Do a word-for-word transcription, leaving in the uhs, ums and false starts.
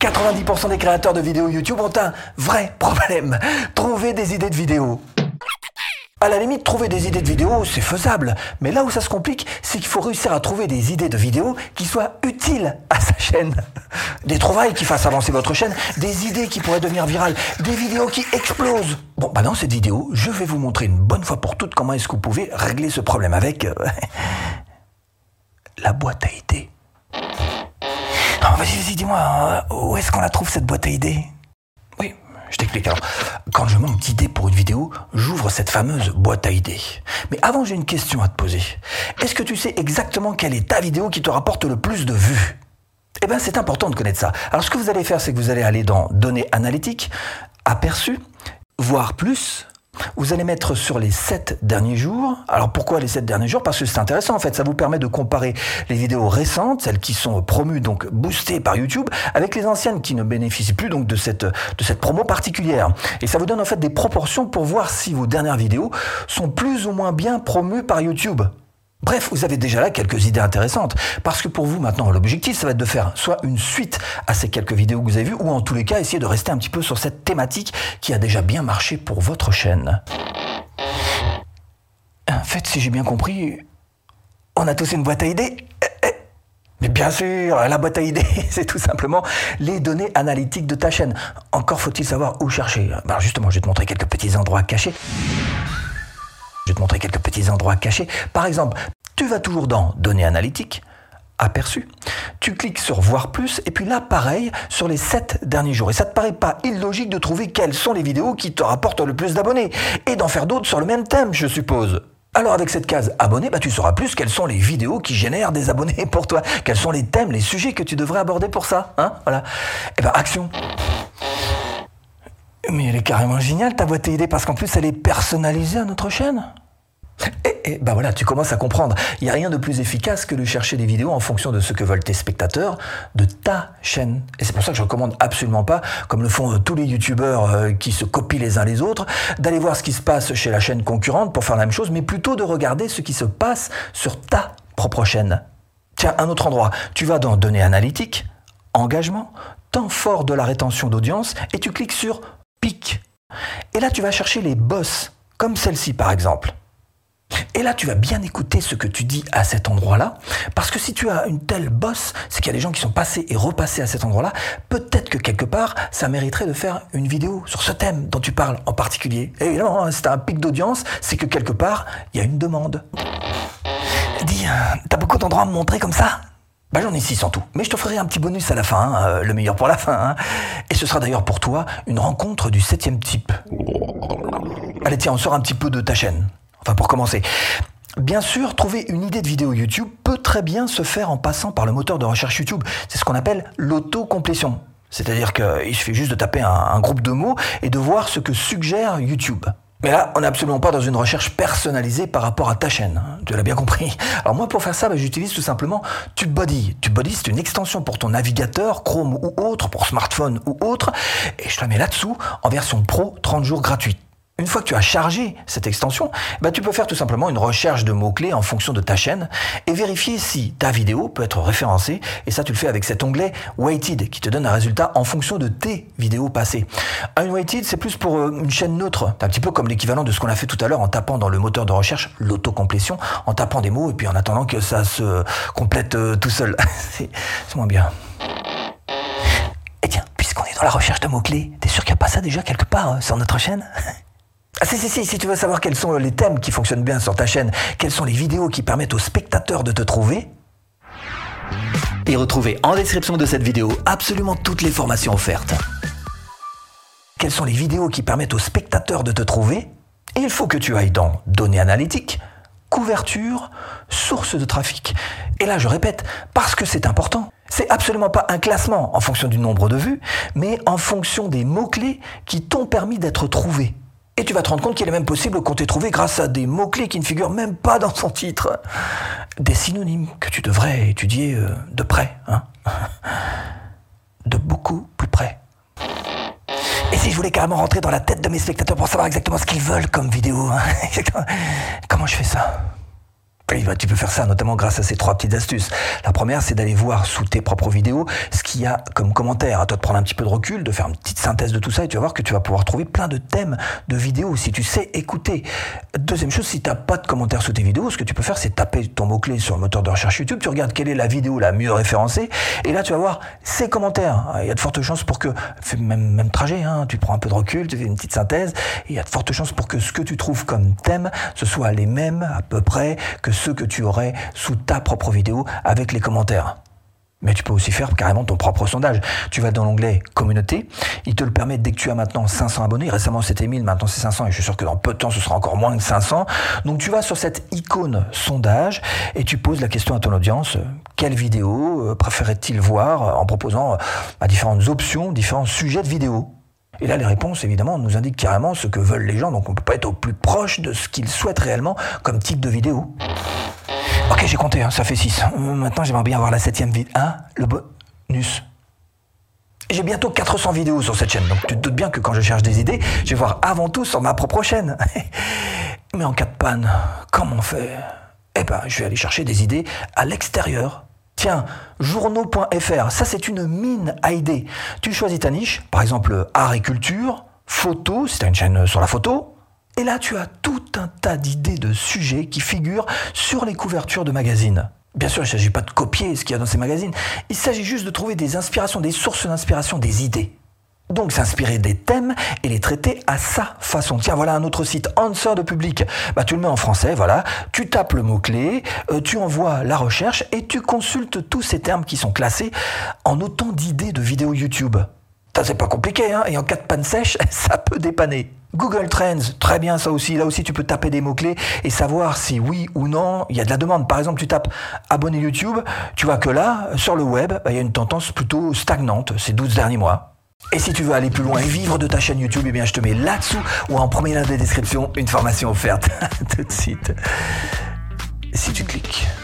quatre-vingt-dix pour cent des créateurs de vidéos YouTube ont un vrai problème. Trouver des idées de vidéos. À la limite, trouver des idées de vidéos, c'est faisable. Mais là où ça se complique, c'est qu'il faut réussir à trouver des idées de vidéos qui soient utiles à sa chaîne. Des trouvailles qui fassent avancer votre chaîne, des idées qui pourraient devenir virales, des vidéos qui explosent. Bon, bah dans cette vidéo, je vais vous montrer une bonne fois pour toutes comment est-ce que vous pouvez régler ce problème avec euh, la boîte à idées. Oh, vas-y, vas-y, dis-moi, où est-ce qu'on la trouve cette boîte à idées ? Oui, je t'explique. Alors, quand je manque d'idées pour une vidéo, j'ouvre cette fameuse boîte à idées. Mais avant, j'ai une question à te poser. Est-ce que tu sais exactement quelle est ta vidéo qui te rapporte le plus de vues ? Eh bien, c'est important de connaître ça. Alors, ce que vous allez faire, c'est que vous allez aller dans Données analytiques, Aperçus, voir plus. Vous allez mettre sur les sept derniers jours. Alors pourquoi les sept derniers jours ? Parce que c'est intéressant en fait, ça vous permet de comparer les vidéos récentes, celles qui sont promues, donc boostées par YouTube, avec les anciennes qui ne bénéficient plus donc de cette, de cette promo particulière. Et ça vous donne en fait des proportions pour voir si vos dernières vidéos sont plus ou moins bien promues par YouTube. Bref, vous avez déjà là quelques idées intéressantes, parce que pour vous maintenant l'objectif ça va être de faire soit une suite à ces quelques vidéos que vous avez vues, ou en tous les cas essayer de rester un petit peu sur cette thématique qui a déjà bien marché pour votre chaîne. En fait, si j'ai bien compris, on a tous une boîte à idées. Mais bien sûr, la boîte à idées, c'est tout simplement les données analytiques de ta chaîne. Encore faut-il savoir où chercher. Ben justement, je vais te montrer quelques petits endroits cachés. Je vais te montrer quelques petits endroits cachés. Par exemple, tu vas toujours dans Données analytiques, Aperçus, tu cliques sur Voir plus, et puis là, pareil, sur les sept derniers jours. Et ça te paraît pas illogique de trouver quelles sont les vidéos qui te rapportent le plus d'abonnés, et d'en faire d'autres sur le même thème, je suppose. Alors avec cette case abonnés, bah, tu sauras plus quelles sont les vidéos qui génèrent des abonnés pour toi, quels sont les thèmes, les sujets que tu devrais aborder pour ça. Hein, voilà. Et ben action. Mais elle est carrément géniale ta boîte à idées, parce qu'en plus elle est personnalisée à notre chaîne. Et, et ben voilà, tu commences à comprendre. Il n'y a rien de plus efficace que de chercher des vidéos en fonction de ce que veulent tes spectateurs de ta chaîne. Et c'est pour ça que je ne recommande absolument pas, comme le font euh, tous les youtubeurs euh, qui se copient les uns les autres, d'aller voir ce qui se passe chez la chaîne concurrente pour faire la même chose, mais plutôt de regarder ce qui se passe sur ta propre chaîne. Tiens, un autre endroit, tu vas dans Données analytiques, Engagement, Temps fort de la rétention d'audience, et tu cliques sur Pic. Et là, tu vas chercher les boss, comme celle-ci par exemple. Et là, tu vas bien écouter ce que tu dis à cet endroit-là, parce que si tu as une telle bosse, c'est qu'il y a des gens qui sont passés et repassés à cet endroit-là, peut-être que quelque part, ça mériterait de faire une vidéo sur ce thème dont tu parles en particulier. Et évidemment, si tu as un pic d'audience, c'est que quelque part, il y a une demande. Dis, euh, t'as beaucoup d'endroits à me montrer comme ça ? Bah j'en ai six en tout, mais je te ferai un petit bonus à la fin, hein, euh, le meilleur pour la fin. Hein. Et ce sera d'ailleurs pour toi une rencontre du septième type. Allez tiens, on sort un petit peu de ta chaîne. Enfin, pour commencer. Bien sûr, trouver une idée de vidéo YouTube peut très bien se faire en passant par le moteur de recherche YouTube. C'est ce qu'on appelle l'autocomplétion. C'est-à-dire qu'il suffit juste de taper un, un groupe de mots et de voir ce que suggère YouTube. Mais là, on n'est absolument pas dans une recherche personnalisée par rapport à ta chaîne. Hein, tu l'as bien compris. Alors moi, pour faire ça, bah, j'utilise tout simplement TubeBuddy. TubeBuddy, c'est une extension pour ton navigateur, Chrome ou autre, pour smartphone ou autre. Et je te la mets là-dessous en version pro, trente jours gratuite. Une fois que tu as chargé cette extension, bah tu peux faire tout simplement une recherche de mots-clés en fonction de ta chaîne et vérifier si ta vidéo peut être référencée. Et ça, tu le fais avec cet onglet Weighted qui te donne un résultat en fonction de tes vidéos passées. Un Weighted, c'est plus pour une chaîne neutre. C'est un petit peu comme l'équivalent de ce qu'on a fait tout à l'heure en tapant dans le moteur de recherche l'autocomplétion, en tapant des mots et puis en attendant que ça se complète tout seul. c'est, c'est moins bien. Et tiens, puisqu'on est dans la recherche de mots-clés, t'es sûr qu'il n'y a pas ça déjà quelque part euh, sur notre chaîne ? Ah si, si, si, si tu veux savoir quels sont les thèmes qui fonctionnent bien sur ta chaîne, quelles sont les vidéos qui permettent aux spectateurs de te trouver, et retrouvez en description de cette vidéo absolument toutes les formations offertes. Quelles sont les vidéos qui permettent aux spectateurs de te trouver, et il faut que tu ailles dans Données analytiques, Couverture, Sources de trafic. Et là, je répète, parce que c'est important. C'est absolument pas un classement en fonction du nombre de vues, mais en fonction des mots-clés qui t'ont permis d'être trouvés. Et tu vas te rendre compte qu'il est même possible qu'on t'ait trouvé grâce à des mots-clés qui ne figurent même pas dans son titre. Des synonymes que tu devrais étudier euh, de près. Hein de beaucoup plus près. Et si je voulais carrément rentrer dans la tête de mes spectateurs pour savoir exactement ce qu'ils veulent comme vidéo, hein comment je fais ça ? Oui, bah, tu peux faire ça notamment grâce à ces trois petites astuces. La première, c'est d'aller voir sous tes propres vidéos ce qu'il y a comme commentaire. À toi de prendre un petit peu de recul, de faire une petite synthèse de tout ça et tu vas voir que tu vas pouvoir trouver plein de thèmes de vidéos si tu sais écouter. Deuxième chose, si tu n'as pas de commentaires sous tes vidéos, ce que tu peux faire, c'est taper ton mot-clé sur le moteur de recherche YouTube, tu regardes quelle est la vidéo la mieux référencée et là tu vas voir ces commentaires. Il y a de fortes chances pour que, même, même trajet, hein, tu prends un peu de recul, tu fais une petite synthèse et il y a de fortes chances pour que ce que tu trouves comme thème, ce soit les mêmes à peu près que ceux que tu aurais sous ta propre vidéo avec les commentaires. Mais tu peux aussi faire carrément ton propre sondage. Tu vas dans l'onglet Communauté, il te le permet dès que tu as maintenant cinq cents abonnés. Récemment c'était mille, maintenant c'est cinq cents et je suis sûr que dans peu de temps ce sera encore moins que cinq cents. Donc tu vas sur cette icône sondage et tu poses la question à ton audience. Quelle vidéo préférait-il voir en proposant à différentes options, différents sujets de vidéo. Et là, les réponses, évidemment, nous indiquent carrément ce que veulent les gens. Donc on ne peut pas être au plus proche de ce qu'ils souhaitent réellement comme type de vidéo. Ok, j'ai compté, hein, ça fait six. Euh, maintenant, j'aimerais bien avoir la septième vidéo. Hein, le bonus. Et j'ai bientôt quatre cents vidéos sur cette chaîne. Donc tu te doutes bien que quand je cherche des idées, je vais voir avant tout sur ma propre chaîne. Mais en cas de panne, comment on fait ? Eh ben, je vais aller chercher des idées à l'extérieur. Tiens, journaux point f r, ça c'est une mine à idées. Tu choisis ta niche, par exemple art et culture, photo, si tu as une chaîne sur la photo. Et là, tu as tout un tas d'idées de sujets qui figurent sur les couvertures de magazines. Bien sûr, il ne s'agit pas de copier ce qu'il y a dans ces magazines. Il s'agit juste de trouver des inspirations, des sources d'inspiration, des idées. Donc s'inspirer des thèmes et les traiter à sa façon. Tiens, voilà un autre site, Answer de Public. Bah, tu le mets en français, voilà. Tu tapes le mot-clé, euh, tu envoies la recherche et tu consultes tous ces termes qui sont classés en autant d'idées de vidéos YouTube. Ça, c'est pas compliqué, hein, et en cas de panne sèche, ça peut dépanner. Google Trends, très bien ça aussi. Là aussi, tu peux taper des mots-clés et savoir si oui ou non, il y a de la demande. Par exemple, tu tapes abonné YouTube, tu vois que là, sur le web, bah, il y a une tendance plutôt stagnante ces douze derniers mois. Et si tu veux aller plus loin et vivre de ta chaîne YouTube, eh bien, je te mets là-dessous ou en premier lien de la description une formation offerte. Tout de suite. Si tu cliques.